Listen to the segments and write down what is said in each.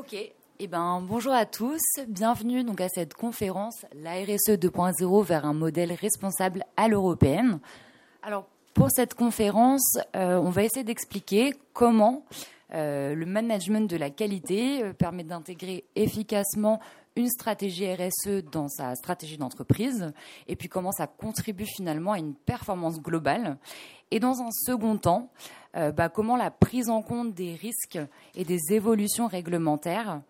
Ok. Bonjour à tous, bienvenue donc à cette conférence, la RSE 2.0 vers un modèle responsable à l'européenne. Alors, pour cette conférence, on va essayer d'expliquer comment le management de la qualité permet d'intégrer efficacement une stratégie RSE dans sa stratégie d'entreprise et puis comment ça contribue finalement à une performance globale. Et dans un second temps, comment la prise en compte des risques et des évolutions réglementaires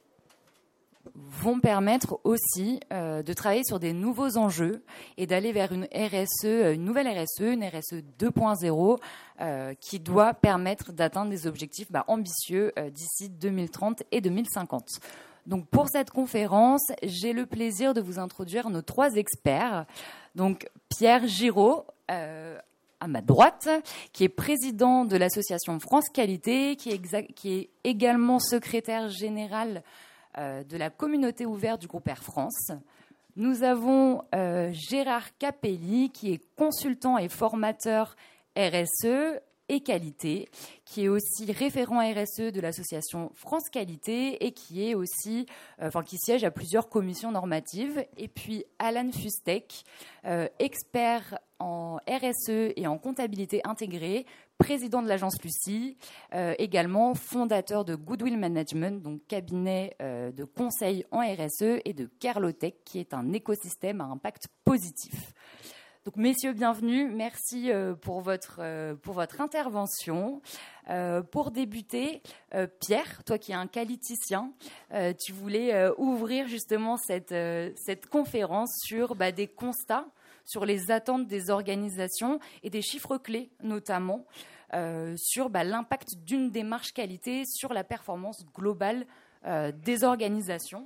vont permettre aussi de travailler sur des nouveaux enjeux et d'aller vers une RSE, une nouvelle RSE, une RSE 2.0 qui doit permettre d'atteindre des objectifs ambitieux d'ici 2030 et 2050. Donc pour cette conférence, j'ai le plaisir de vous introduire nos trois experts. Donc Pierre Giraud, à ma droite, qui est président de l'association France Qualité, qui est également secrétaire général de la communauté ouverte du groupe Air France. Nous avons Gérard Capelli, qui est consultant et formateur RSE et qualité, qui est aussi référent RSE de l'association France Qualité et qui est aussi, qui siège à plusieurs commissions normatives. Et puis Alan Fustek, expert en RSE et en comptabilité intégrée, président de l'agence Lucie, également fondateur de Goodwill Management, donc cabinet de conseil en RSE, et de Kerlotech, qui est un écosystème à impact positif. Donc, messieurs, bienvenue. Merci pour votre intervention. Pour débuter, Pierre, toi qui es un qualiticien, tu voulais ouvrir justement cette conférence sur des constats, sur les attentes des organisations et des chiffres clés notamment, sur l'impact d'une démarche qualité sur la performance globale des organisations.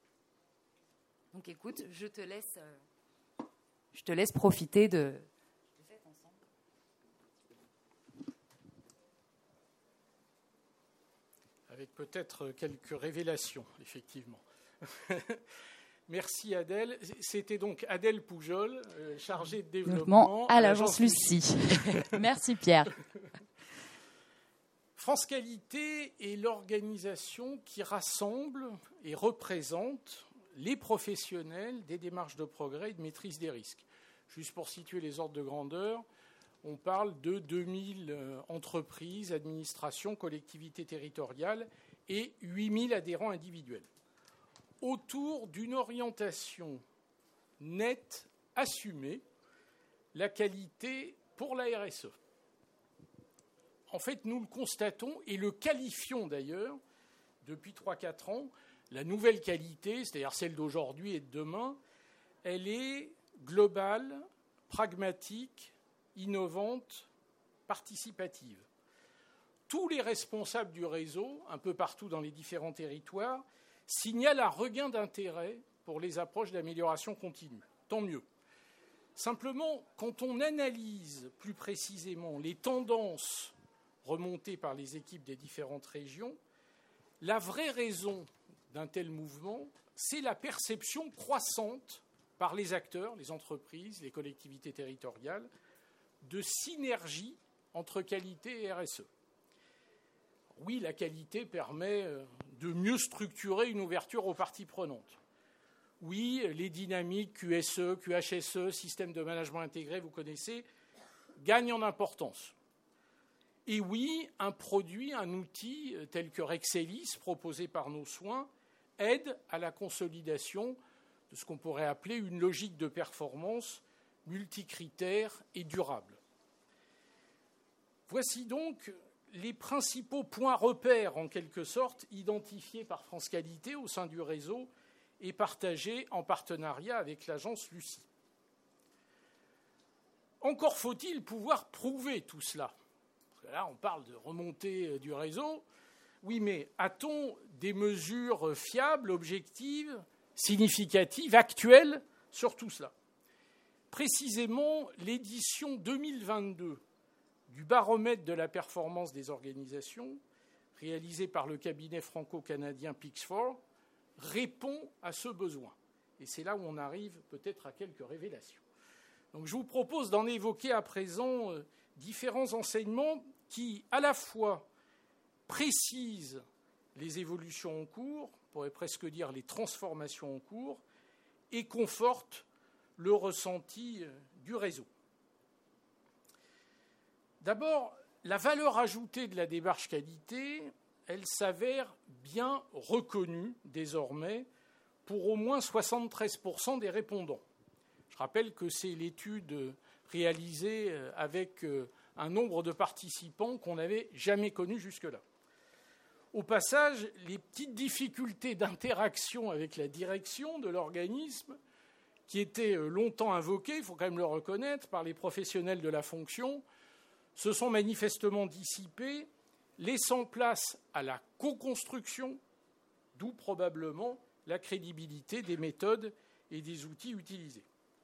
Donc écoute, je te laisse profiter de cet ensemble. Avec peut-être quelques révélations, effectivement. Merci Adèle. C'était donc Adèle Poujol, chargée de développement à l'agence Lucie. Merci Pierre. France Qualité est l'organisation qui rassemble et représente les professionnels des démarches de progrès et de maîtrise des risques. Juste pour situer les ordres de grandeur, on parle de 2000 entreprises, administrations, collectivités territoriales et 8000 adhérents individuels, autour d'une orientation nette, assumée, la qualité pour la RSE. En fait, nous le constatons et le qualifions d'ailleurs depuis 3-4 ans. La nouvelle qualité, c'est-à-dire celle d'aujourd'hui et de demain, elle est globale, pragmatique, innovante, participative. Tous les responsables du réseau, un peu partout dans les différents territoires, signalent un regain d'intérêt pour les approches d'amélioration continue. Tant mieux. Simplement, quand on analyse plus précisément les tendances remontées par les équipes des différentes régions, la vraie raison d'un tel mouvement, c'est la perception croissante par les acteurs, les entreprises, les collectivités territoriales, de synergie entre qualité et RSE. Oui, la qualité permet de mieux structurer une ouverture aux parties prenantes. Oui, les dynamiques QSE, QHSE, système de management intégré, vous connaissez, gagnent en importance. Et oui, un produit, un outil tel que Rexelis, proposé par nos soins, aide à la consolidation de ce qu'on pourrait appeler une logique de performance multicritère et durable. Voici donc les principaux points repères, en quelque sorte, identifiés par France Qualité au sein du réseau et partagés en partenariat avec l'agence Lucie. Encore faut-il pouvoir prouver tout cela. Parce que là, on parle de remontée du réseau. Oui, mais a-t-on des mesures fiables, objectives, significatives, actuelles sur tout cela ? Précisément, l'édition 2022 du baromètre de la performance des organisations, réalisé par le cabinet franco-canadien Pix4, répond à ce besoin. Et c'est là où on arrive peut-être à quelques révélations. Donc je vous propose d'en évoquer à présent différents enseignements qui, à la fois, précisent les évolutions en cours, on pourrait presque dire les transformations en cours, et conforte le ressenti du réseau. D'abord, la valeur ajoutée de la démarche qualité, elle s'avère bien reconnue désormais pour au moins 73% des répondants. Je rappelle que c'est l'étude réalisée avec un nombre de participants qu'on n'avait jamais connu jusque-là. Au passage, les petites difficultés d'interaction avec la direction de l'organisme, qui étaient longtemps invoquées, il faut quand même le reconnaître, par les professionnels de la fonction, se sont manifestement dissipées, laissant place à la co-construction, d'où probablement la crédibilité des méthodes et des outils utilisés.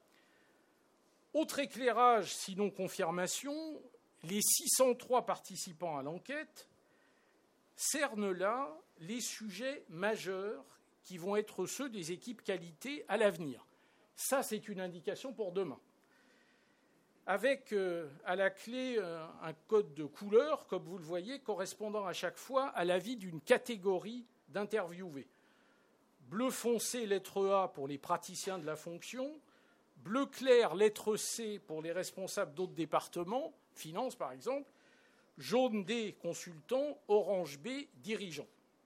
Autre éclairage, sinon confirmation, les 603 participants à l'enquête cernent là les sujets majeurs qui vont être ceux des équipes qualité à l'avenir. Ça, c'est une indication pour demain. Avec à la clé un code de couleur, comme vous le voyez, correspondant à chaque fois à l'avis d'une catégorie d'interviewés. Bleu foncé, lettre A pour les praticiens de la fonction, bleu clair, lettre C pour les responsables d'autres départements, finance par exemple, jaune D, consultant, orange B, dirigeant.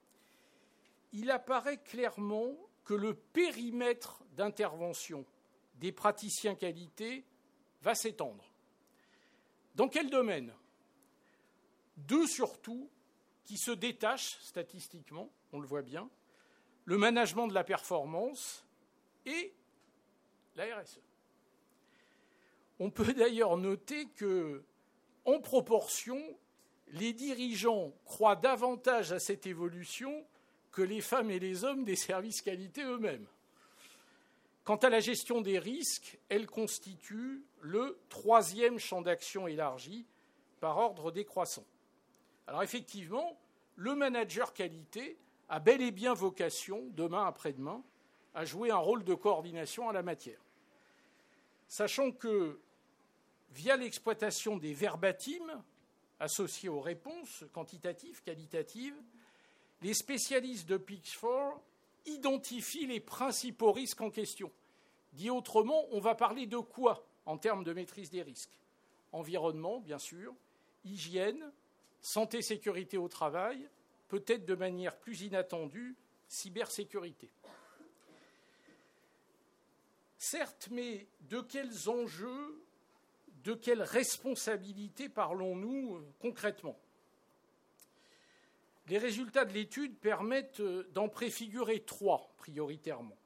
Il apparaît clairement que le périmètre d'intervention des praticiens qualité va s'étendre. Dans quel domaine ? Deux surtout qui se détachent statistiquement, on le voit bien, le management de la performance et la RSE. On peut d'ailleurs noter que, en proportion, les dirigeants croient davantage à cette évolution que les femmes et les hommes des services qualité eux-mêmes. Quant à la gestion des risques, elle constitue le troisième champ d'action élargi par ordre décroissant. Alors effectivement, le manager qualité a bel et bien vocation, demain après-demain, à jouer un rôle de coordination en la matière. Sachant que, via l'exploitation des verbatims associés aux réponses quantitatives, qualitatives, les spécialistes de Pitchfork identifient les principaux risques en question. Dit autrement, on va parler de quoi en termes de maîtrise des risques ? Environnement, bien sûr, hygiène, santé, sécurité au travail, peut-être de manière plus inattendue, cybersécurité. Certes, mais de quels enjeux, de quelles responsabilités parlons-nous concrètement ? Les résultats de l'étude permettent d'en préfigurer trois prioritairement.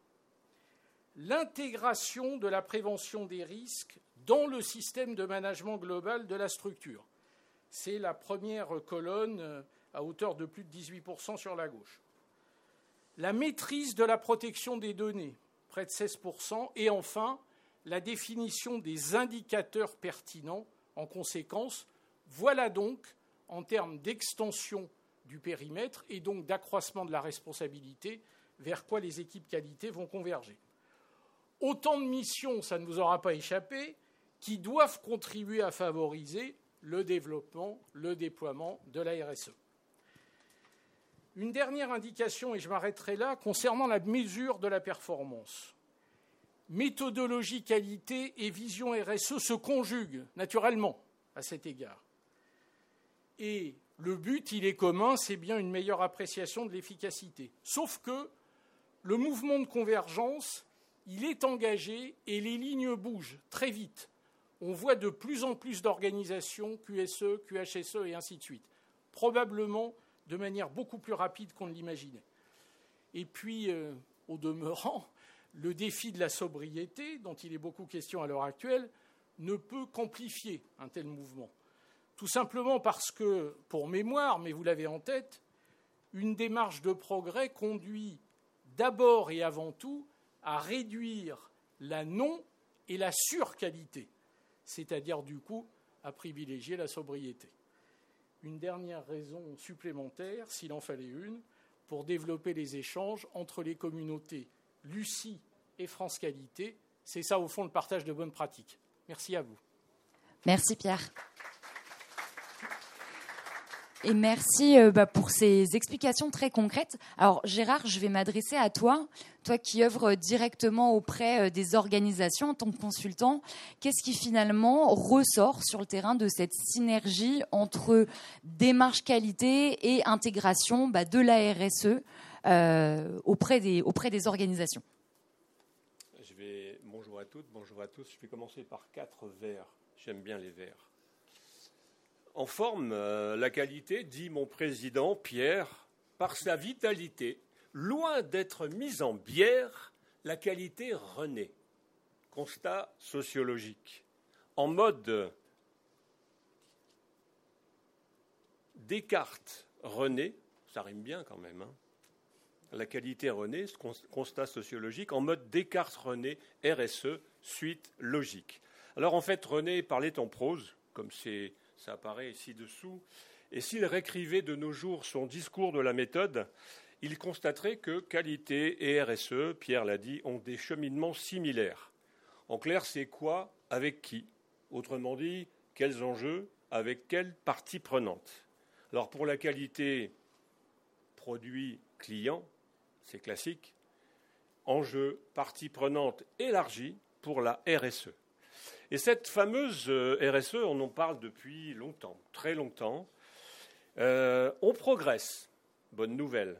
L'intégration de la prévention des risques dans le système de management global de la structure. C'est la première colonne à hauteur de plus de 18% sur la gauche. La maîtrise de la protection des données, près de 16%. Et enfin, la définition des indicateurs pertinents en conséquence. Voilà donc, en termes d'extension du périmètre et donc d'accroissement de la responsabilité, vers quoi les équipes qualité vont converger. Autant de missions, ça ne vous aura pas échappé, qui doivent contribuer à favoriser le développement, le déploiement de la RSE. Une dernière indication, et je m'arrêterai là, concernant la mesure de la performance. Méthodologie qualité et vision RSE se conjuguent naturellement à cet égard. Et le but, il est commun, c'est bien une meilleure appréciation de l'efficacité. Sauf que le mouvement de convergence, il est engagé et les lignes bougent très vite. On voit de plus en plus d'organisations, QSE, QHSE et ainsi de suite. Probablement de manière beaucoup plus rapide qu'on ne l'imaginait. Et puis, au demeurant, le défi de la sobriété, dont il est beaucoup question à l'heure actuelle, ne peut qu'amplifier un tel mouvement. Tout simplement parce que, pour mémoire, mais vous l'avez en tête, une démarche de progrès conduit d'abord et avant tout à réduire la non- et la surqualité, c'est-à-dire du coup à privilégier la sobriété. Une dernière raison supplémentaire, s'il en fallait une, pour développer les échanges entre les communautés Lucie et France Qualité. C'est ça, au fond, le partage de bonnes pratiques. Merci à vous. Merci Pierre. Et merci pour ces explications très concrètes. Alors Gérard, je vais m'adresser à toi, toi qui œuvres directement auprès des organisations en tant que consultant. Qu'est-ce qui finalement ressort sur le terrain de cette synergie entre démarche qualité et intégration de la RSE auprès des organisations? Bonjour à toutes, bonjour à tous. Je vais commencer par 4 vers. J'aime bien les vers. En forme, la qualité, dit mon président Pierre, par sa vitalité, loin d'être mise en bière, la qualité renaît. Constat sociologique. En mode Descartes renaît, ça rime bien quand même, hein. La qualité renaît, constat sociologique, en mode Descartes renaît, RSE, suite logique. Alors en fait, René parlait en prose, comme ça apparaît ci-dessous, et s'il réécrivait de nos jours son discours de la méthode, il constaterait que qualité et RSE, Pierre l'a dit, ont des cheminements similaires. En clair, c'est quoi avec qui? Autrement dit, quels enjeux avec quelle partie prenante? Alors pour la qualité, produit, client, c'est classique. Enjeu, partie prenante élargie pour la RSE. Et cette fameuse RSE, on en parle depuis longtemps, très longtemps. On progresse. Bonne nouvelle.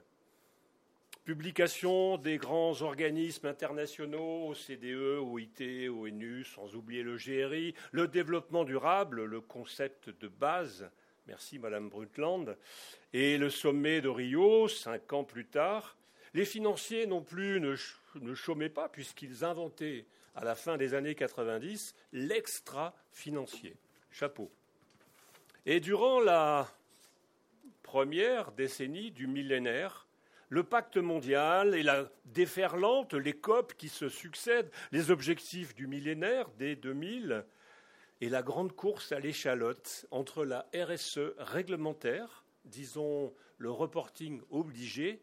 Publication des grands organismes internationaux, OCDE, OIT, ONU, sans oublier le GRI, le développement durable, le concept de base, merci Madame Brundtland, et le sommet de Rio, 5 ans plus tard. Les financiers non plus ne chômaient pas puisqu'ils inventaient à la fin des années 90 l'extra-financier. Chapeau. Et durant la première décennie du millénaire, le pacte mondial et la déferlante, les COP qui se succèdent, les objectifs du millénaire dès 2000 et la grande course à l'échalote entre la RSE réglementaire, disons le reporting obligé,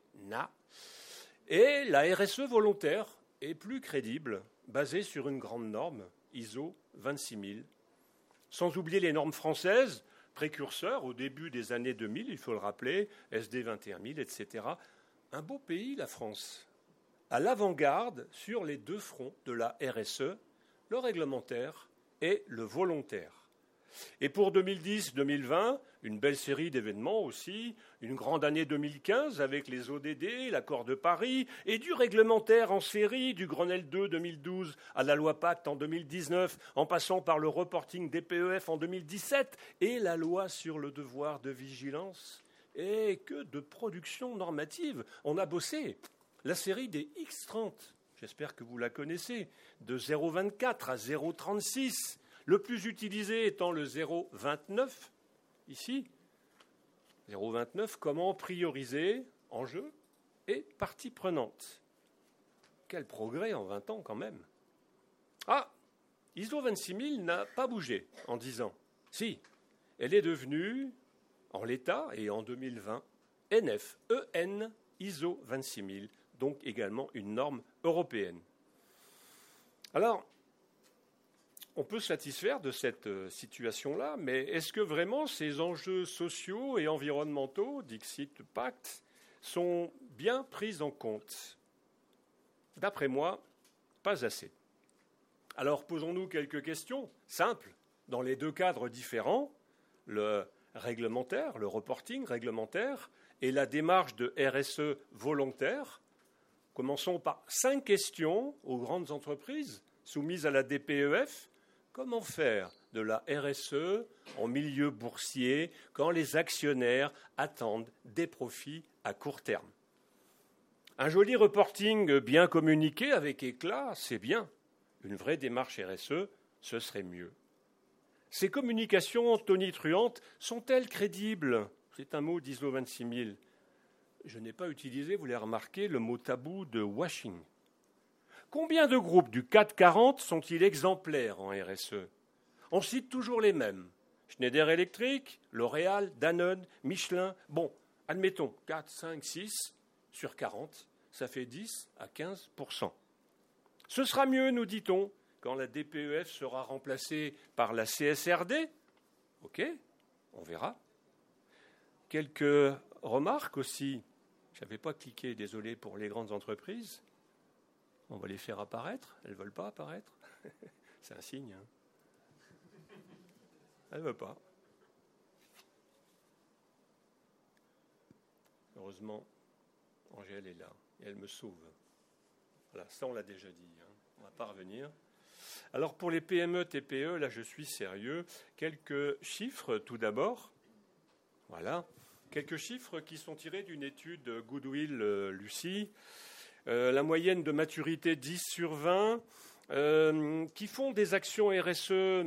et la RSE volontaire et plus crédible, basée sur une grande norme, ISO 26000. Sans oublier les normes françaises, précurseurs au début des années 2000, il faut le rappeler, SD 21000, etc. Un beau pays, la France, à l'avant-garde sur les deux fronts de la RSE, le réglementaire et le volontaire. Et pour 2010-2020, une belle série d'événements aussi, une grande année 2015 avec les ODD, l'accord de Paris, et du réglementaire en série, du Grenelle 2 2012 à la loi Pacte en 2019, en passant par le reporting DPEF en 2017 et la loi sur le devoir de vigilance. Et que de production normative. On a bossé la série des X30, j'espère que vous la connaissez, de 0,24 à 0,36, le plus utilisé étant le 0,29, ici. 0,29, comment prioriser enjeux et parties prenantes. Quel progrès en 20 ans quand même. Ah, ISO 26000 n'a pas bougé en 10 ans. Si, elle est devenue, en l'état et en 2020, NF, EN, ISO 26000, donc également une norme européenne. Alors, on peut se satisfaire de cette situation-là, mais est-ce que vraiment ces enjeux sociaux et environnementaux, Dixit Pacte, sont bien pris en compte? D'après moi, pas assez. Alors posons-nous quelques questions simples. Dans les deux cadres différents, le réglementaire, le reporting réglementaire et la démarche de RSE volontaire, commençons par 5 questions aux grandes entreprises soumises à la DPEF. Comment faire de la RSE en milieu boursier quand les actionnaires attendent des profits à court terme? Un joli reporting bien communiqué avec éclat, c'est bien. Une vraie démarche RSE, ce serait mieux. Ces communications tonitruantes sont-elles crédibles? C'est un mot d'ISO 26000. Je n'ai pas utilisé, vous l'avez remarqué, le mot tabou de washing. Combien de groupes du CAC 40 sont-ils exemplaires en RSE? On cite toujours les mêmes. Schneider Electric, L'Oréal, Danone, Michelin. Bon, admettons, 4, 5, 6 sur 40, ça fait 10 à 15%. Ce sera mieux, nous dit-on, quand la DPEF sera remplacée par la CSRD. OK, on verra. Quelques remarques aussi. Je n'avais pas cliqué, désolé pour les grandes entreprises. On va les faire apparaître. Elles ne veulent pas apparaître. C'est un signe. Hein. Elle ne veut pas. Heureusement, Angèle est là et elle me sauve. Voilà, ça on l'a déjà dit. Hein. On ne va pas revenir. Alors pour les PME, TPE, là je suis sérieux. Quelques chiffres tout d'abord. Voilà. Quelques chiffres qui sont tirés d'une étude Goodwill Lucie. La moyenne de maturité 10 sur 20, qui font des actions RSE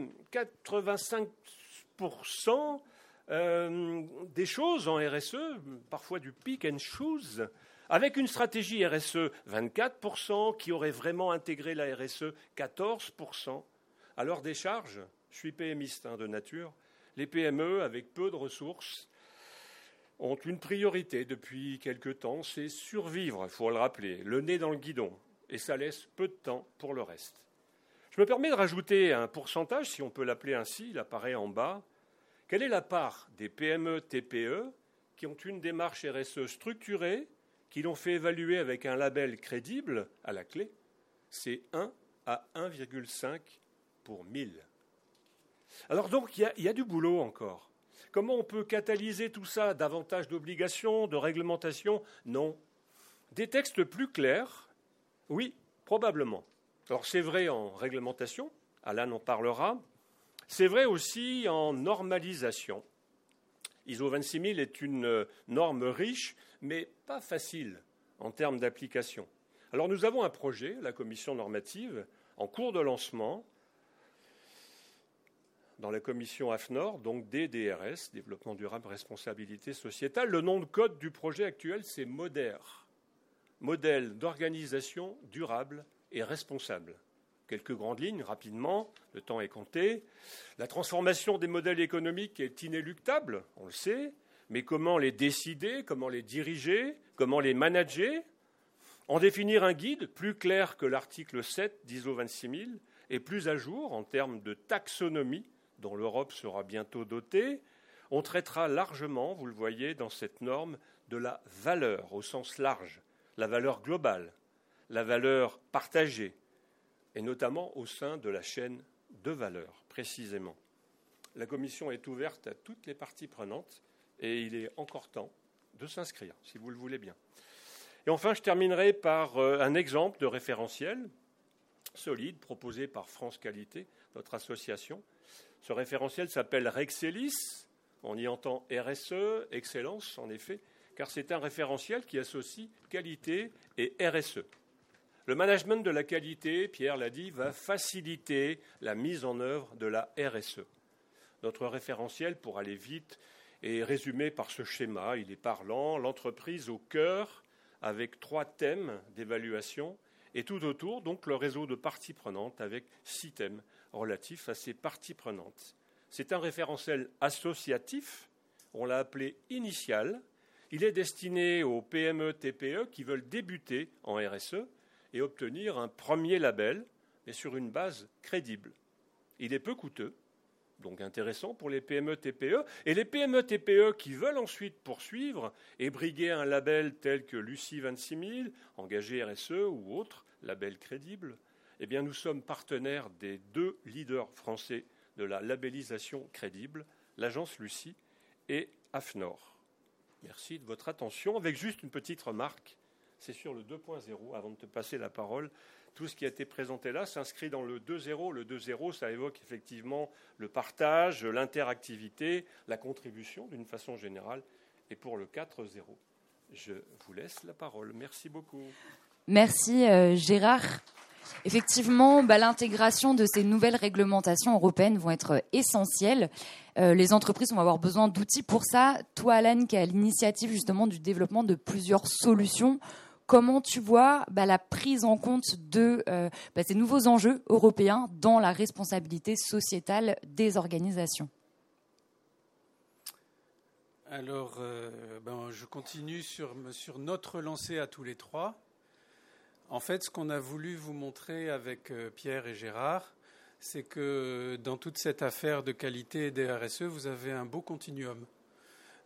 85% des choses en RSE, parfois du pick and choose, avec une stratégie RSE 24%, qui aurait vraiment intégré la RSE 14%. À leur décharge, je suis PMiste de nature, les PME avec peu de ressources ont une priorité depuis quelque temps, c'est survivre, il faut le rappeler, le nez dans le guidon, et ça laisse peu de temps pour le reste. Je me permets de rajouter un pourcentage, si on peut l'appeler ainsi, il apparaît en bas. Quelle est la part des PME, TPE qui ont une démarche RSE structurée, qui l'ont fait évaluer avec un label crédible à la clé? C'est 1 à 1,5 pour 1000. Alors donc, il y a du boulot encore. Comment on peut catalyser tout ça? Davantage d'obligations, de réglementations? Non. Des textes plus clairs? Oui, probablement. Alors c'est vrai en réglementation, Alan en parlera. C'est vrai aussi en normalisation. ISO 26000 est une norme riche, mais pas facile en termes d'application. Alors nous avons un projet, la commission normative, en cours de lancement, dans la commission AFNOR, donc DDRS, Développement durable, responsabilité sociétale. Le nom de code du projet actuel, c'est MODER, modèle d'organisation durable et responsable. Quelques grandes lignes, rapidement, le temps est compté. La transformation des modèles économiques est inéluctable, on le sait, mais comment les décider, comment les diriger, comment les manager? En définir un guide plus clair que l'article 7 d'ISO 26000 et plus à jour en termes de taxonomie, dont l'Europe sera bientôt dotée. On traitera largement, vous le voyez, dans cette norme, de la valeur au sens large, la valeur globale, la valeur partagée, et notamment au sein de la chaîne de valeur, précisément. La Commission est ouverte à toutes les parties prenantes et il est encore temps de s'inscrire, si vous le voulez bien. Et enfin, je terminerai par un exemple de référentiel solide proposé par France Qualité, notre association. Ce référentiel s'appelle Rexelis. On y entend RSE, excellence, en effet, car c'est un référentiel qui associe qualité et RSE. Le management de la qualité, Pierre l'a dit, va faciliter la mise en œuvre de la RSE. Notre référentiel, pour aller vite, est résumé par ce schéma. Il est parlant, l'entreprise au cœur, avec 3 thèmes d'évaluation, et tout autour, donc, le réseau de parties prenantes, avec 6 thèmes relatifs à ces parties prenantes. C'est un référentiel associatif, on l'a appelé initial. Il est destiné aux PME, TPE qui veulent débuter en RSE et obtenir un premier label, mais sur une base crédible. Il est peu coûteux, donc intéressant pour les PME, TPE. Et les PME, TPE qui veulent ensuite poursuivre et briguer un label tel que Lucie 26000, engagé RSE ou autre, label crédible, eh bien nous sommes partenaires des 2 leaders français de la labellisation crédible, l'agence Lucie et AFNOR. Merci de votre attention. Avec juste une petite remarque, c'est sur le 2.0, avant de te passer la parole. Tout ce qui a été présenté là s'inscrit dans le 2.0. Le 2.0, ça évoque effectivement le partage, l'interactivité, la contribution d'une façon générale. Et pour le 4.0, je vous laisse la parole. Merci beaucoup. Merci Gérard. Effectivement, l'intégration de ces nouvelles réglementations européennes vont être essentielles. Les entreprises vont avoir besoin d'outils pour ça. Toi, Alan, qui est à l'initiative justement du développement de plusieurs solutions, comment tu vois la prise en compte de ces nouveaux enjeux européens dans la responsabilité sociétale des organisations? Alors, je continue sur notre lancée à tous les 3. En fait, ce qu'on a voulu vous montrer avec Pierre et Gérard, c'est que dans toute cette affaire de qualité et des RSE, vous avez un beau continuum.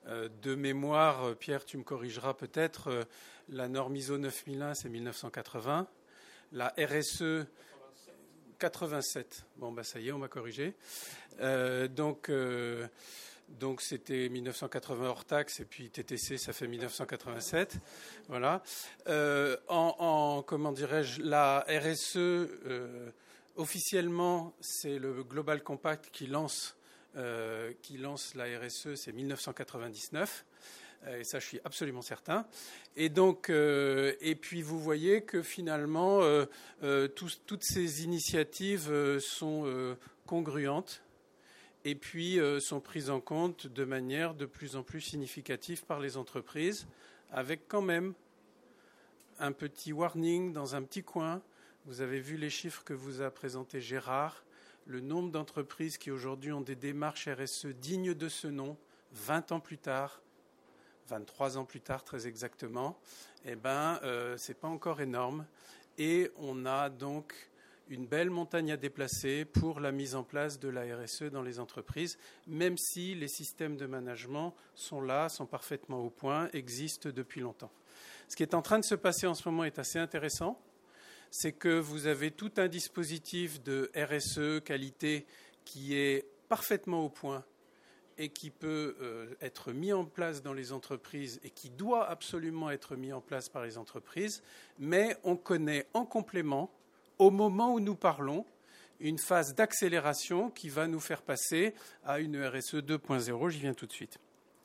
De mémoire, Pierre, tu me corrigeras peut-être, la norme ISO 9001, c'est 1980. La RSE, 87. Bon, bah ça y est, on m'a corrigé. Donc, c'était 1980 hors taxe, et puis TTC, ça fait 1987. Voilà. Comment dirais-je, la RSE, officiellement, c'est le Global Compact qui lance la RSE, c'est 1999. Et ça, je suis absolument certain. Et donc, et puis vous voyez que finalement, toutes ces initiatives sont congruentes et puis sont prises en compte de manière de plus en plus significative par les entreprises, avec quand même un petit warning dans un petit coin. Vous avez vu les chiffres que vous a présentés Gérard. Le nombre d'entreprises qui aujourd'hui ont des démarches RSE dignes de ce nom, 20 ans plus tard, 23 ans plus tard très exactement, eh ben, c'est pas encore énorme. Et on a donc une belle montagne à déplacer pour la mise en place de la RSE dans les entreprises, même si les systèmes de management sont là, sont parfaitement au point, existent depuis longtemps. Ce qui est en train de se passer en ce moment est assez intéressant. C'est que vous avez tout un dispositif de RSE qualité qui est parfaitement au point et qui peut être mis en place dans les entreprises et qui doit absolument être mis en place par les entreprises, mais on connaît en complément, au moment où nous parlons, une phase d'accélération qui va nous faire passer à une RSE 2.0. J'y viens tout de suite.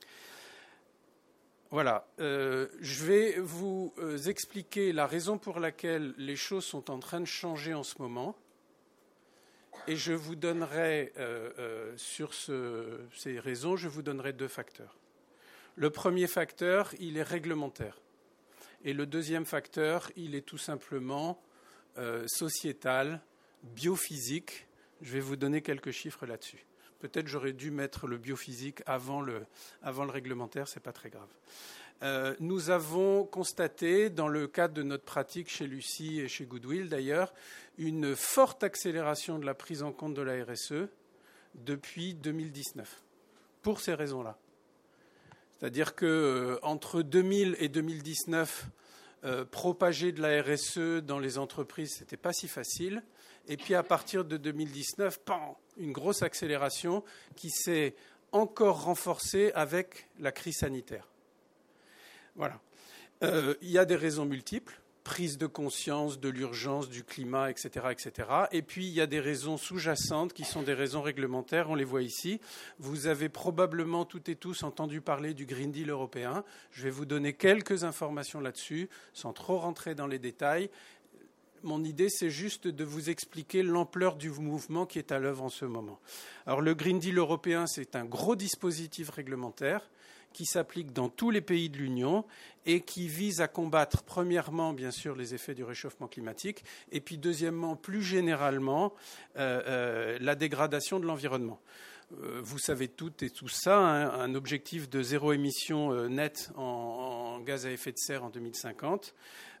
Voilà, je vais vous expliquer la raison pour laquelle les choses sont en train de changer en ce moment, et je vous donnerai, sur ces raisons, je vous donnerai 2 facteurs. Le premier facteur, il est réglementaire, et le deuxième facteur, il est tout simplement sociétal, biophysique. Je vais vous donner quelques chiffres là-dessus. Peut-être j'aurais dû mettre le biophysique avant le réglementaire, ce n'est pas très grave. Nous avons constaté, dans le cadre de notre pratique chez Lucie et chez Goodwill d'ailleurs, une forte accélération de la prise en compte de la RSE depuis 2019, pour ces raisons-là. C'est-à-dire qu'entre 2000 et 2019, propager de la RSE dans les entreprises, ce n'était pas si facile. Et puis à partir de 2019, une grosse accélération qui s'est encore renforcée avec la crise sanitaire. Voilà. Il y a des raisons multiples, prise de conscience de l'urgence du climat, etc., etc. Et puis il y a des raisons sous-jacentes qui sont des raisons réglementaires, on les voit ici. Vous avez probablement toutes et tous entendu parler du Green Deal européen. Je vais vous donner quelques informations là-dessus, sans trop rentrer dans les détails. Mon idée, c'est juste de vous expliquer l'ampleur du mouvement qui est à l'œuvre en ce moment. Alors, le Green Deal européen, c'est un gros dispositif réglementaire qui s'applique dans tous les pays de l'Union et qui vise à combattre, premièrement, bien sûr, les effets du réchauffement climatique, et puis, deuxièmement, plus généralement, la dégradation de l'environnement. Vous savez toutes et tout ça, hein, un objectif de 0 émission nette en gaz à effet de serre en 2050.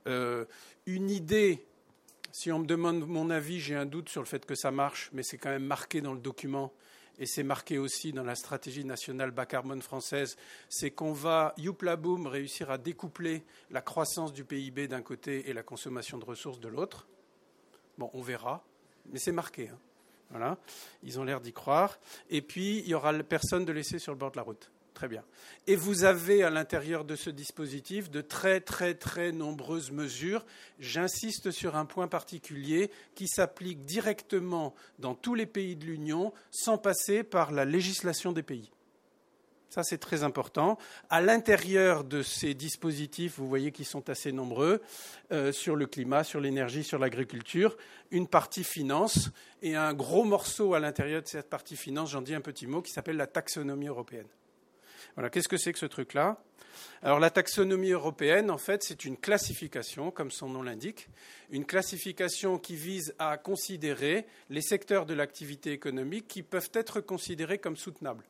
Une idée. Si on me demande mon avis, j'ai un doute sur le fait que ça marche, mais c'est quand même marqué dans le document et c'est marqué aussi dans la stratégie nationale bas carbone française, c'est qu'on va, youpla boum, réussir à découpler la croissance du PIB d'un côté et la consommation de ressources de l'autre. Bon, on verra, mais c'est marqué. Hein. Voilà, ils ont l'air d'y croire. Et puis, il y aura personne de laisser sur le bord de la route. Très bien. Et vous avez à l'intérieur de ce dispositif de très, très, très nombreuses mesures. J'insiste sur un point particulier qui s'applique directement dans tous les pays de l'Union sans passer par la législation des pays. Ça, c'est très important. À l'intérieur de ces dispositifs, vous voyez qu'ils sont assez nombreux, sur le climat, sur l'énergie, sur l'agriculture, une partie finance et un gros morceau à l'intérieur de cette partie finance, j'en dis un petit mot, qui s'appelle la taxonomie européenne. Voilà, qu'est-ce que c'est que ce truc-là ? Alors la taxonomie européenne, en fait, c'est une classification, comme son nom l'indique, une classification qui vise à considérer les secteurs de l'activité économique qui peuvent être considérés comme soutenables.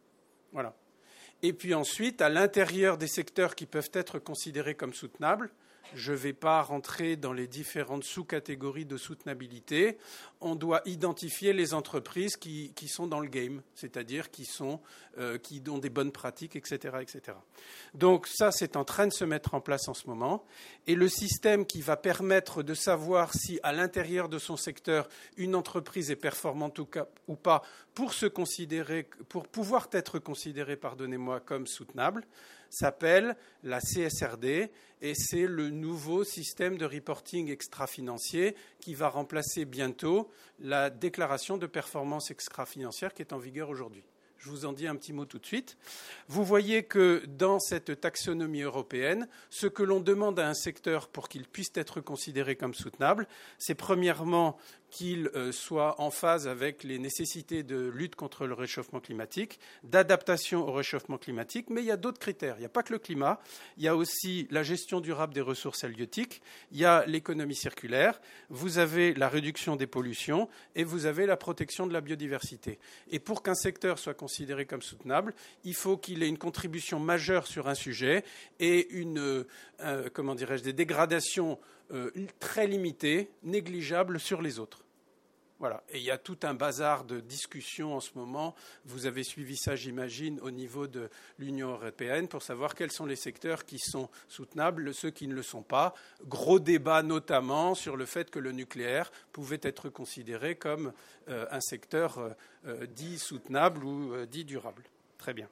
Voilà. Et puis ensuite, à l'intérieur des secteurs qui peuvent être considérés comme soutenables, Je ne vais pas rentrer dans les différentes sous-catégories de soutenabilité. On doit identifier les entreprises qui sont dans le game, c'est-à-dire qui ont des bonnes pratiques, etc., etc. Donc ça, c'est en train de se mettre en place en ce moment. Et le système qui va permettre de savoir si, à l'intérieur de son secteur, une entreprise est performante ou pas pour pouvoir être considérée, pardonnez-moi, comme soutenable, s'appelle la CSRD et c'est le nouveau système de reporting extra-financier qui va remplacer bientôt la déclaration de performance extra-financière qui est en vigueur aujourd'hui. Je vous en dis un petit mot tout de suite. Vous voyez que dans cette taxonomie européenne, ce que l'on demande à un secteur pour qu'il puisse être considéré comme soutenable, c'est premièrement qu'il soit en phase avec les nécessités de lutte contre le réchauffement climatique, d'adaptation au réchauffement climatique, mais il y a d'autres critères. Il n'y a pas que le climat, il y a aussi la gestion durable des ressources halieutiques, il y a l'économie circulaire, vous avez la réduction des pollutions et vous avez la protection de la biodiversité. Et pour qu'un secteur soit considéré comme soutenable, il faut qu'il ait une contribution majeure sur un sujet et des dégradations très limitées, négligeables sur les autres. Voilà. Et il y a tout un bazar de discussions en ce moment. Vous avez suivi ça, j'imagine, au niveau de l'Union européenne pour savoir quels sont les secteurs qui sont soutenables, ceux qui ne le sont pas. Gros débat notamment sur le fait que le nucléaire pouvait être considéré comme un secteur dit soutenable ou dit durable. Très bien.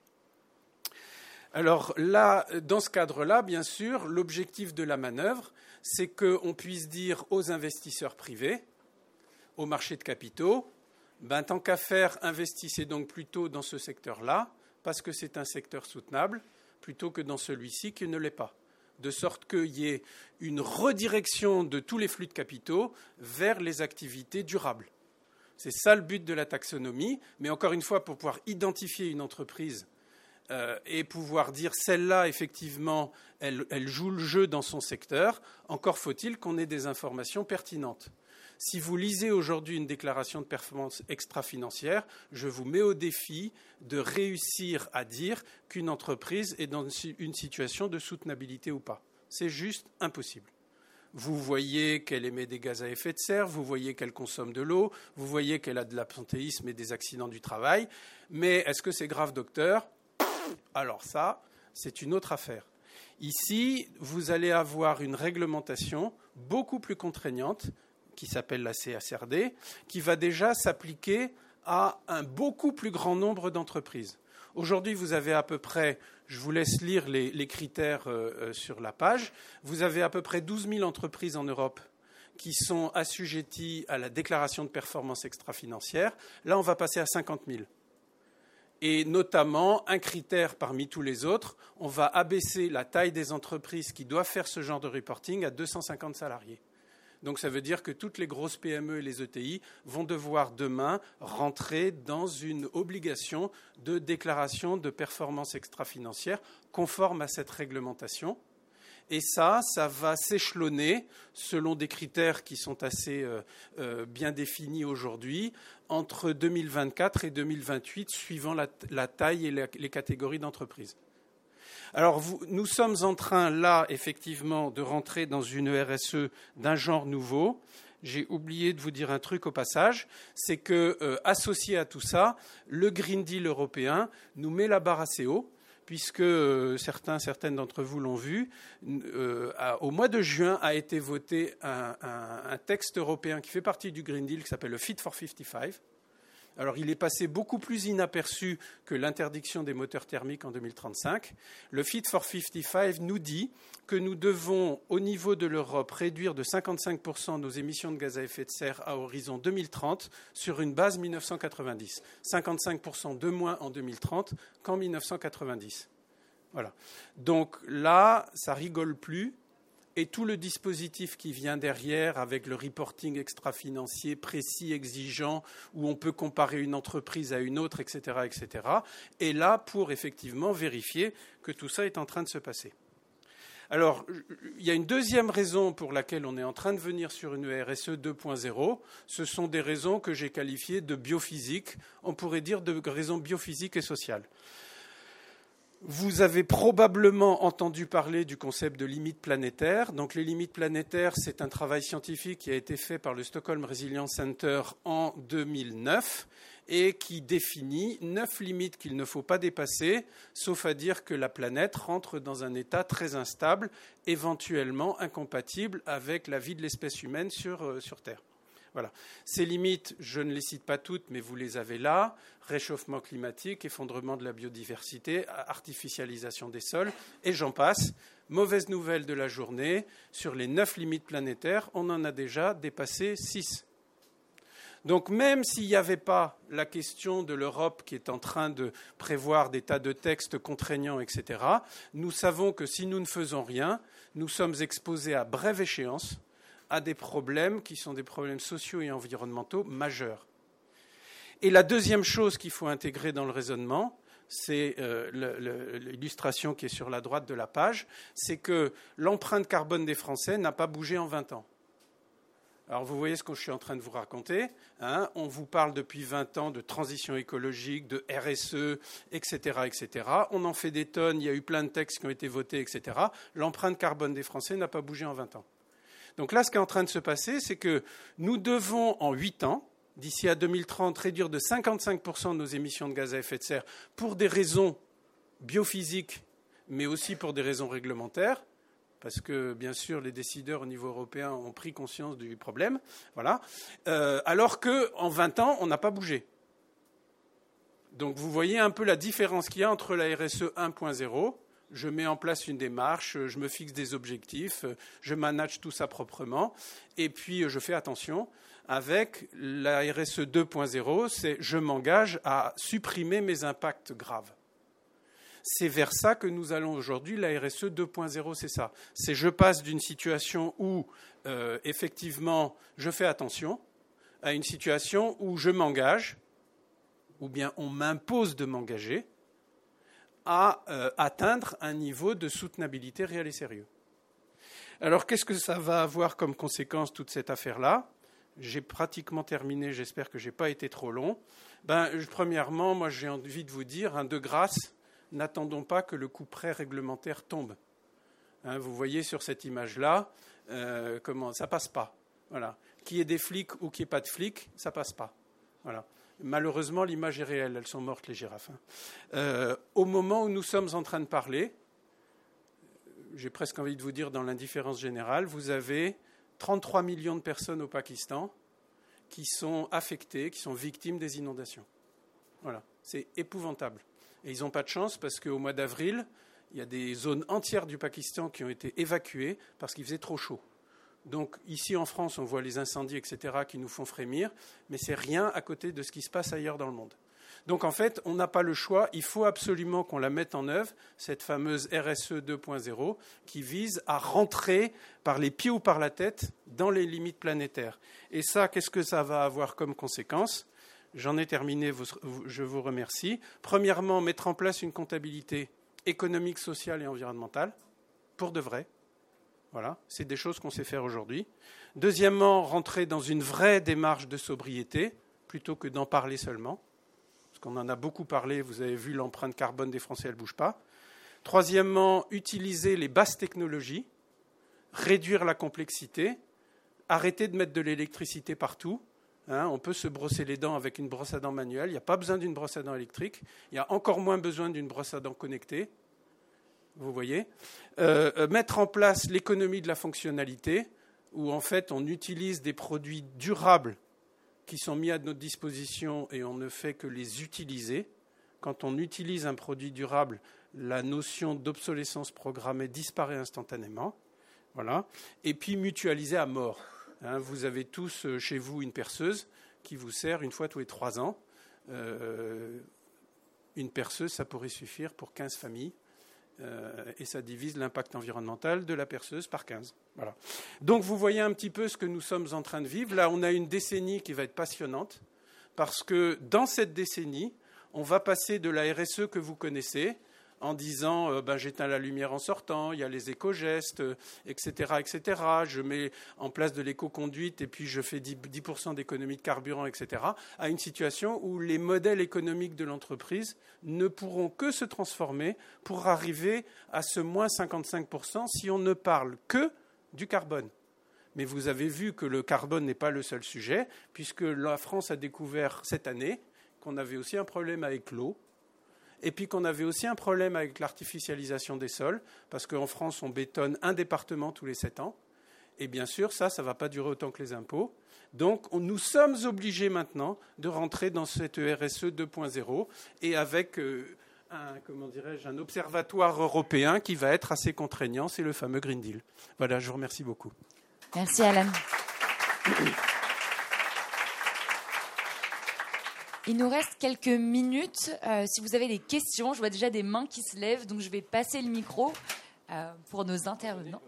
Alors là, dans ce cadre-là, bien sûr, l'objectif de la manœuvre, c'est qu'on puisse dire aux investisseurs privés, au marché de capitaux, tant qu'à faire, investissez donc plutôt dans ce secteur-là, parce que c'est un secteur soutenable, plutôt que dans celui-ci qui ne l'est pas. De sorte qu'il y ait une redirection de tous les flux de capitaux vers les activités durables. C'est ça le but de la taxonomie, mais encore une fois, pour pouvoir identifier une entreprise et pouvoir dire celle-là, effectivement, elle joue le jeu dans son secteur, encore faut-il qu'on ait des informations pertinentes. Si vous lisez aujourd'hui une déclaration de performance extra-financière, je vous mets au défi de réussir à dire qu'une entreprise est dans une situation de soutenabilité ou pas. C'est juste impossible. Vous voyez qu'elle émet des gaz à effet de serre, vous voyez qu'elle consomme de l'eau, vous voyez qu'elle a de l'absentéisme et des accidents du travail, mais est-ce que c'est grave, docteur ? Alors ça, c'est une autre affaire. Ici, vous allez avoir une réglementation beaucoup plus contraignante qui s'appelle la CSRD, qui va déjà s'appliquer à un beaucoup plus grand nombre d'entreprises. Aujourd'hui, vous avez à peu près, je vous laisse lire les critères sur la page, vous avez à peu près 12 000 entreprises en Europe qui sont assujetties à la déclaration de performance extra-financière. Là, on va passer à 50 000. Et notamment, un critère parmi tous les autres, on va abaisser la taille des entreprises qui doivent faire ce genre de reporting à 250 salariés. Donc ça veut dire que toutes les grosses PME et les ETI vont devoir demain rentrer dans une obligation de déclaration de performance extra-financière conforme à cette réglementation. Et ça va s'échelonner selon des critères qui sont assez bien définis aujourd'hui entre 2024 et 2028, suivant la taille et les catégories d'entreprises. Alors, nous sommes en train, là, effectivement, de rentrer dans une RSE d'un genre nouveau. J'ai oublié de vous dire un truc au passage, c'est que, associé à tout ça, le Green Deal européen nous met la barre assez haut, puisque certaines d'entre vous l'ont vu. Au mois de juin a été voté un texte européen qui fait partie du Green Deal, qui s'appelle le Fit for 55. Alors, il est passé beaucoup plus inaperçu que l'interdiction des moteurs thermiques en 2035. Le Fit for 55 nous dit que nous devons, au niveau de l'Europe, réduire de 55% nos émissions de gaz à effet de serre à horizon 2030 sur une base 1990. 55% de moins en 2030 qu'en 1990. Voilà. Donc là, ça rigole plus. Et tout le dispositif qui vient derrière, avec le reporting extra-financier précis, exigeant, où on peut comparer une entreprise à une autre, etc., est là pour effectivement vérifier que tout ça est en train de se passer. Alors, il y a une deuxième raison pour laquelle on est en train de venir sur une RSE 2.0. Ce sont des raisons que j'ai qualifiées de biophysique. On pourrait dire de raisons biophysiques et sociales. Vous avez probablement entendu parler du concept de limites planétaires. Donc, les limites planétaires, c'est un travail scientifique qui a été fait par le Stockholm Resilience Center en 2009 et qui définit 9 limites qu'il ne faut pas dépasser, sauf à dire que la planète rentre dans un état très instable, éventuellement incompatible avec la vie de l'espèce humaine sur Terre. Voilà. Ces limites, je ne les cite pas toutes, mais vous les avez là. Réchauffement climatique, effondrement de la biodiversité, artificialisation des sols, et j'en passe. Mauvaise nouvelle de la journée, sur les 9 limites planétaires, on en a déjà dépassé 6. Donc même s'il n'y avait pas la question de l'Europe qui est en train de prévoir des tas de textes contraignants, etc., nous savons que si nous ne faisons rien, nous sommes exposés à brève échéance à des problèmes qui sont des problèmes sociaux et environnementaux majeurs. Et la deuxième chose qu'il faut intégrer dans le raisonnement, c'est l'illustration qui est sur la droite de la page, c'est que l'empreinte carbone des Français n'a pas bougé en 20 ans. Alors vous voyez ce que je suis en train de vous raconter. Hein, on vous parle depuis 20 ans de transition écologique, de RSE, etc., etc. On en fait des tonnes, il y a eu plein de textes qui ont été votés, etc. L'empreinte carbone des Français n'a pas bougé en 20 ans. Donc là, ce qui est en train de se passer, c'est que nous devons, en 8 ans, d'ici à 2030, réduire de 55% nos émissions de gaz à effet de serre pour des raisons biophysiques, mais aussi pour des raisons réglementaires, parce que, bien sûr, les décideurs au niveau européen ont pris conscience du problème, voilà, alors qu'en 20 ans, on n'a pas bougé. Donc vous voyez un peu la différence qu'il y a entre la RSE 1.0. Je mets en place une démarche, je me fixe des objectifs, je manage tout ça proprement, et puis je fais attention. Avec la RSE 2.0, c'est je m'engage à supprimer mes impacts graves. C'est vers ça que nous allons aujourd'hui. La RSE 2.0, c'est ça. C'est je passe d'une situation où, effectivement, je fais attention, à une situation où je m'engage, ou bien on m'impose de m'engager, à atteindre un niveau de soutenabilité réel et sérieux. Alors, qu'est-ce que ça va avoir comme conséquence, toute cette affaire-là ? J'ai pratiquement terminé, j'espère que je n'ai pas été trop long. Premièrement, moi, j'ai envie de vous dire, de grâce, n'attendons pas que le couperet réglementaire tombe. Hein, vous voyez sur cette image-là, comment ça ne passe pas. Voilà. Qu'il y ait des flics ou qu'il n'y ait pas de flics, ça ne passe pas. Voilà. Malheureusement, l'image est réelle, elles sont mortes, les girafes. Au moment où nous sommes en train de parler, j'ai presque envie de vous dire dans l'indifférence générale, vous avez 33 millions de personnes au Pakistan qui sont affectées, qui sont victimes des inondations. Voilà, c'est épouvantable. Et ils n'ont pas de chance parce qu'au mois d'avril, il y a des zones entières du Pakistan qui ont été évacuées parce qu'il faisait trop chaud. Donc ici en France, on voit les incendies, etc., qui nous font frémir, mais c'est rien à côté de ce qui se passe ailleurs dans le monde. Donc en fait, on n'a pas le choix, il faut absolument qu'on la mette en œuvre, cette fameuse RSE 2.0, qui vise à rentrer par les pieds ou par la tête dans les limites planétaires. Et ça, qu'est-ce que ça va avoir comme conséquence ? J'en ai terminé, je vous remercie. Premièrement, mettre en place une comptabilité économique, sociale et environnementale, pour de vrai. Voilà, c'est des choses qu'on sait faire aujourd'hui. Deuxièmement, rentrer dans une vraie démarche de sobriété, plutôt que d'en parler seulement. Parce qu'on en a beaucoup parlé, vous avez vu l'empreinte carbone des Français, elle ne bouge pas. Troisièmement, utiliser les basses technologies, réduire la complexité, arrêter de mettre de l'électricité partout. Hein, on peut se brosser les dents avec une brosse à dents manuelle, il n'y a pas besoin d'une brosse à dents électrique, il y a encore moins besoin d'une brosse à dents connectée. Vous voyez, mettre en place l'économie de la fonctionnalité, où en fait on utilise des produits durables qui sont mis à notre disposition et on ne fait que les utiliser. Quand on utilise un produit durable, la notion d'obsolescence programmée disparaît instantanément. Voilà. Et puis mutualiser à mort. Hein, vous avez tous chez vous une perceuse qui vous sert une fois tous les 3 ans. Une perceuse, ça pourrait suffire pour 15 familles. Et ça divise l'impact environnemental de la perceuse par 15. Voilà. Donc vous voyez un petit peu ce que nous sommes en train de vivre. Là, on a une décennie qui va être passionnante, parce que dans cette décennie, on va passer de la RSE que vous connaissez en disant j'éteins la lumière en sortant, il y a les éco-gestes, etc., etc. Je mets en place de l'éco-conduite et puis je fais 10% d'économie de carburant, etc., à une situation où les modèles économiques de l'entreprise ne pourront que se transformer pour arriver à ce moins 55% si on ne parle que du carbone. Mais vous avez vu que le carbone n'est pas le seul sujet, puisque la France a découvert cette année qu'on avait aussi un problème avec l'eau, et puis qu'on avait aussi un problème avec l'artificialisation des sols, parce qu'en France, on bétonne un département tous les 7 ans. Et bien sûr, ça ne va pas durer autant que les impôts. Donc, nous sommes obligés maintenant de rentrer dans cette RSE 2.0, et avec un observatoire européen qui va être assez contraignant, c'est le fameux Green Deal. Voilà, je vous remercie beaucoup. Merci, Alan. Il nous reste quelques minutes. Si vous avez des questions, je vois déjà des mains qui se lèvent, donc je vais passer le micro pour nos intervenants.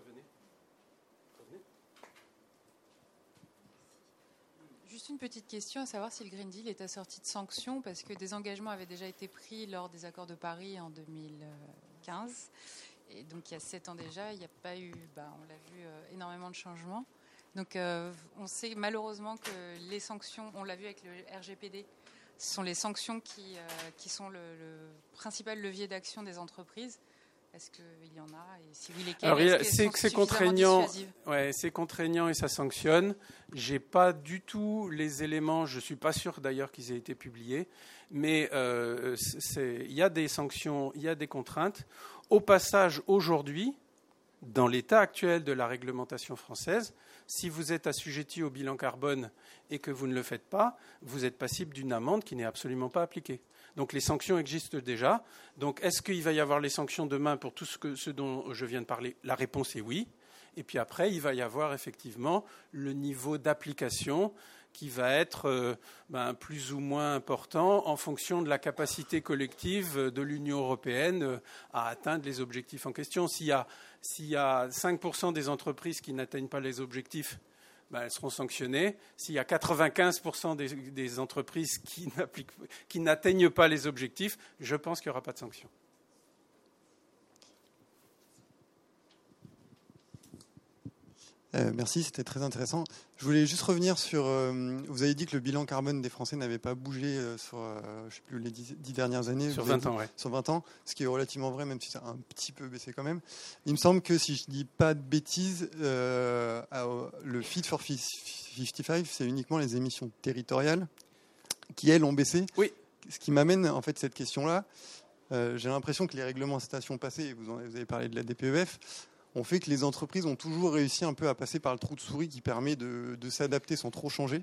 Juste une petite question, à savoir si le Green Deal est assorti de sanctions, parce que des engagements avaient déjà été pris lors des accords de Paris en 2015. Et donc il y a 7 ans déjà, il n'y a pas eu, on l'a vu, énormément de changements. Donc on sait malheureusement que les sanctions, on l'a vu avec le RGPD, ce sont les sanctions qui sont le principal levier d'action des entreprises. Est-ce qu'il y en a, et si oui, lesquelles? Alors, c'est contraignant, c'est contraignant et ça sanctionne. Je n'ai pas du tout les éléments, je ne suis pas sûr d'ailleurs qu'ils aient été publiés, mais il y a des sanctions, il y a des contraintes. Au passage, aujourd'hui, dans l'état actuel de la réglementation française, si vous êtes assujetti au bilan carbone et que vous ne le faites pas, vous êtes passible d'une amende qui n'est absolument pas appliquée. Donc les sanctions existent déjà. Donc est-ce qu'il va y avoir les sanctions demain pour tout ce dont je viens de parler? La réponse est oui. Et puis après, il va y avoir effectivement le niveau d'application qui va être plus ou moins important en fonction de la capacité collective de l'Union européenne à atteindre les objectifs en question. S'il y a 5% des entreprises qui n'atteignent pas les objectifs, elles seront sanctionnées. S'il y a 95% des entreprises qui n'atteignent pas les objectifs, je pense qu'il n'y aura pas de sanctions. Merci, c'était très intéressant. Je voulais juste revenir sur... vous avez dit que le bilan carbone des Français n'avait pas bougé sur, je sais plus, les 10 dernières années. Sur 20 ans, oui. Sur 20 ans, ce qui est relativement vrai, même si ça a un petit peu baissé quand même. Il me semble que, si je ne dis pas de bêtises, le Fit for 55, c'est uniquement les émissions territoriales qui, elles, ont baissé. Oui. Ce qui m'amène, en fait, cette question-là. J'ai l'impression que les réglementations passées, vous avez parlé de la DPEF, ont fait que les entreprises ont toujours réussi un peu à passer par le trou de souris qui permet de s'adapter sans trop changer.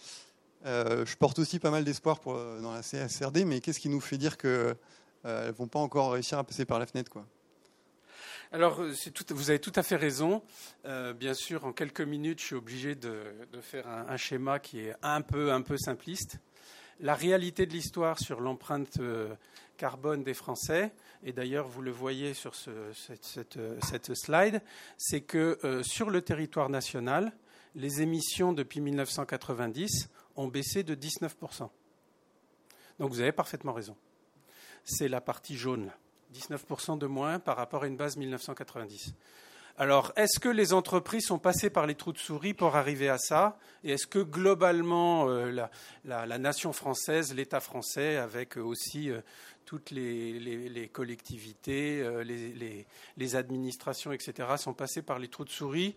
Je porte aussi pas mal d'espoir dans la CSRD, mais qu'est-ce qui nous fait dire qu'elles ne vont pas encore réussir à passer par la fenêtre, quoi? Alors, vous avez tout à fait raison. Bien sûr, en quelques minutes, je suis obligé de faire un schéma qui est un peu simpliste. La réalité de l'histoire sur l'empreinte carbone des Français, et d'ailleurs vous le voyez sur cette slide, c'est que sur le territoire national, les émissions depuis 1990 ont baissé de 19%. Donc vous avez parfaitement raison. C'est la partie jaune, 19% de moins par rapport à une base 1990. Alors, est-ce que les entreprises sont passées par les trous de souris pour arriver à ça? Et est-ce que globalement, la nation française, l'État français, avec aussi toutes les collectivités, les administrations, etc., sont passées par les trous de souris?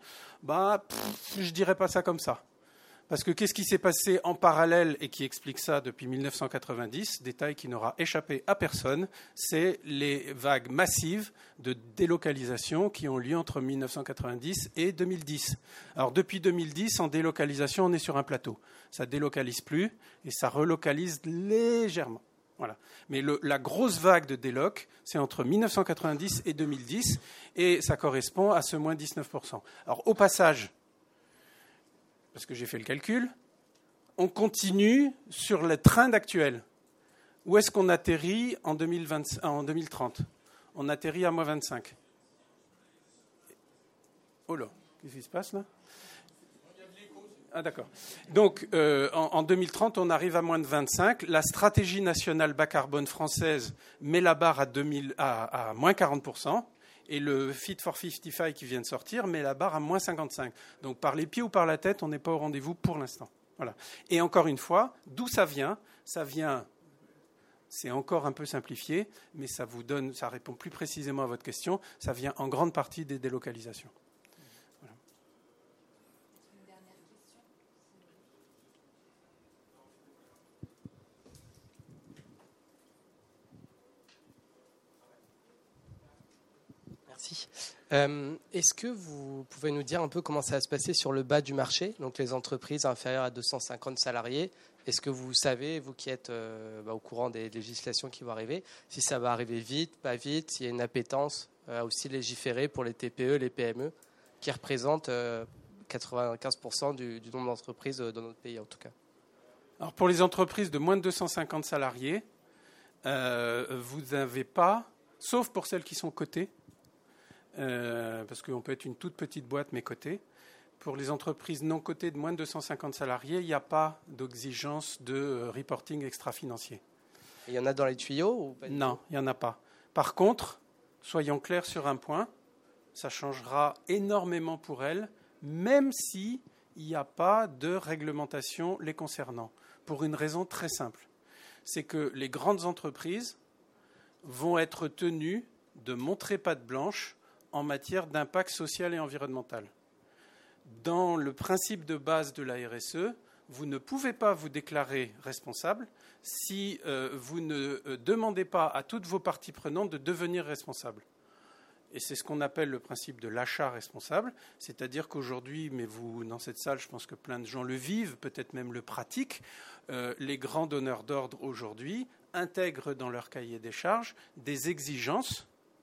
Je dirais pas ça comme ça. Parce que qu'est-ce qui s'est passé en parallèle et qui explique ça depuis 1990, détail qui n'aura échappé à personne, c'est les vagues massives de délocalisation qui ont lieu entre 1990 et 2010. Alors depuis 2010, en délocalisation, on est sur un plateau. Ça ne délocalise plus et ça relocalise légèrement. Voilà. Mais la grosse vague de déloc, c'est entre 1990 et 2010 et ça correspond à ce moins 19%. Alors au passage, parce que j'ai fait le calcul, on continue sur le trend actuel. Où est-ce qu'on atterrit en 2030 ? On atterrit à moins 25. Oh là, qu'est-ce qui se passe là ? Ah d'accord. Donc en 2030, on arrive à moins de 25. La stratégie nationale bas carbone française met la barre à moins 40%. Et le Fit for 55 qui vient de sortir met la barre à moins 55. Donc par les pieds ou par la tête, on n'est pas au rendez-vous pour l'instant. Voilà. Et encore une fois, d'où ça vient ? Ça vient, c'est encore un peu simplifié, mais ça répond plus précisément à votre question, ça vient en grande partie des délocalisations. Voilà. Une dernière question. Merci. Est-ce que vous pouvez nous dire un peu comment ça va se passer sur le bas du marché, donc les entreprises inférieures à 250 salariés? Est-ce que vous savez, vous qui êtes au courant des législations qui vont arriver, si ça va arriver vite, pas vite, s'il y a une appétence à aussi légiférer pour les TPE, les PME, qui représentent 95% du nombre d'entreprises dans notre pays en tout cas? Alors pour les entreprises de moins de 250 salariés, vous n'avez pas, sauf pour celles qui sont cotées, parce qu'on peut être une toute petite boîte mais cotée. Pour les entreprises non cotées de moins de 250 salariés, il n'y a pas d'exigence de reporting extra-financier. Il y en a dans les tuyaux ou pas? Non, il n'y en a pas. Par contre, soyons clairs sur un point, ça changera énormément pour elles, même s'il n'y a pas de réglementation les concernant, pour une raison très simple. C'est que les grandes entreprises vont être tenues de montrer patte blanche en matière d'impact social et environnemental. Dans le principe de base de la RSE, vous ne pouvez pas vous déclarer responsable si vous ne demandez pas à toutes vos parties prenantes de devenir responsables. Et c'est ce qu'on appelle le principe de l'achat responsable, c'est-à-dire qu'aujourd'hui, mais vous, dans cette salle, je pense que plein de gens le vivent, peut-être même le pratiquent, les grands donneurs d'ordre aujourd'hui intègrent dans leur cahier des charges des exigences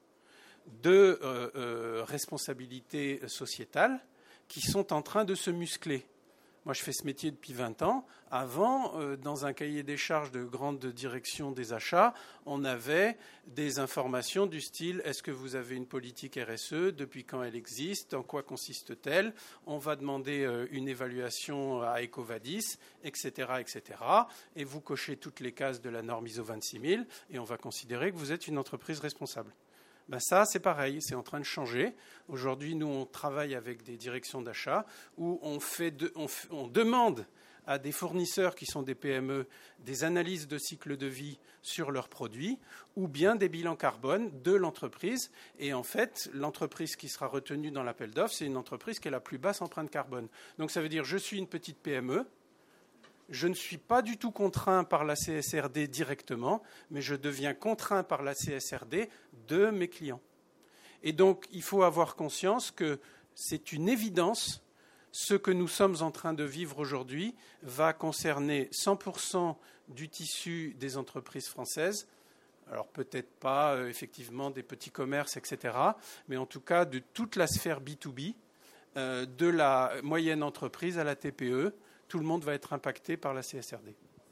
de responsabilité sociétale qui sont en train de se muscler. Moi, je fais ce métier depuis 20 ans. Avant, dans un cahier des charges de grande direction des achats, on avait des informations du style « Est-ce que vous avez une politique RSE ? Depuis quand elle existe ? En quoi consiste-t-elle ? On va demander une évaluation à EcoVadis, etc., etc. Et vous cochez toutes les cases de la norme ISO 26000 et on va considérer que vous êtes une entreprise responsable. » Ben ça, c'est pareil, c'est en train de changer. Aujourd'hui, nous, on travaille avec des directions d'achat où on demande à des fournisseurs qui sont des PME des analyses de cycle de vie sur leurs produits ou bien des bilans carbone de l'entreprise. Et en fait, l'entreprise qui sera retenue dans l'appel d'offres, c'est une entreprise qui a la plus basse empreinte carbone. Donc ça veut dire je suis une petite PME. Je ne suis pas du tout contraint par la CSRD directement, mais je deviens contraint par la CSRD de mes clients. Et donc, il faut avoir conscience que c'est une évidence. Ce que nous sommes en train de vivre aujourd'hui va concerner 100% du tissu des entreprises françaises. Alors, peut-être pas, effectivement, des petits commerces, etc., mais en tout cas de toute la sphère B2B, de la moyenne entreprise à la TPE. Tout le monde va être impacté par la CSRD.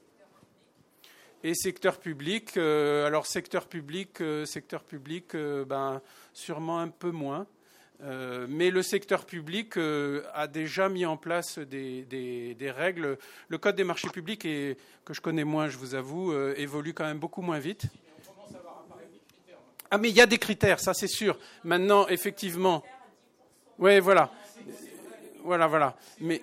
Et secteur public, alors secteur public, sûrement un peu moins. Mais le secteur public a déjà mis en place des règles. Le Code des marchés publics, que je connais moins, je vous avoue, évolue quand même beaucoup moins vite. Ah, mais il y a des critères, ça c'est sûr. Maintenant, effectivement. Oui, voilà. Voilà. Mais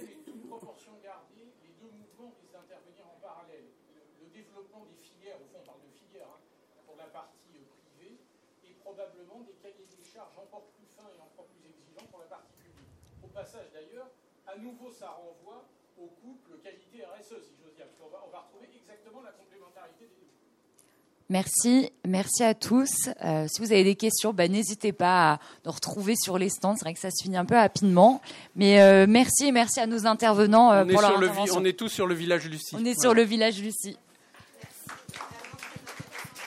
à nouveau, ça renvoie au couple qualité RSE, si j'ose dire, parce qu'on va retrouver exactement la complémentarité des deux. Merci à tous. Si vous avez des questions, n'hésitez pas à nous retrouver sur les stands. C'est vrai que ça se finit un peu rapidement, mais merci à nos intervenants pour leur intervention. On est tous sur le village Lucie. On est sur le village Lucie.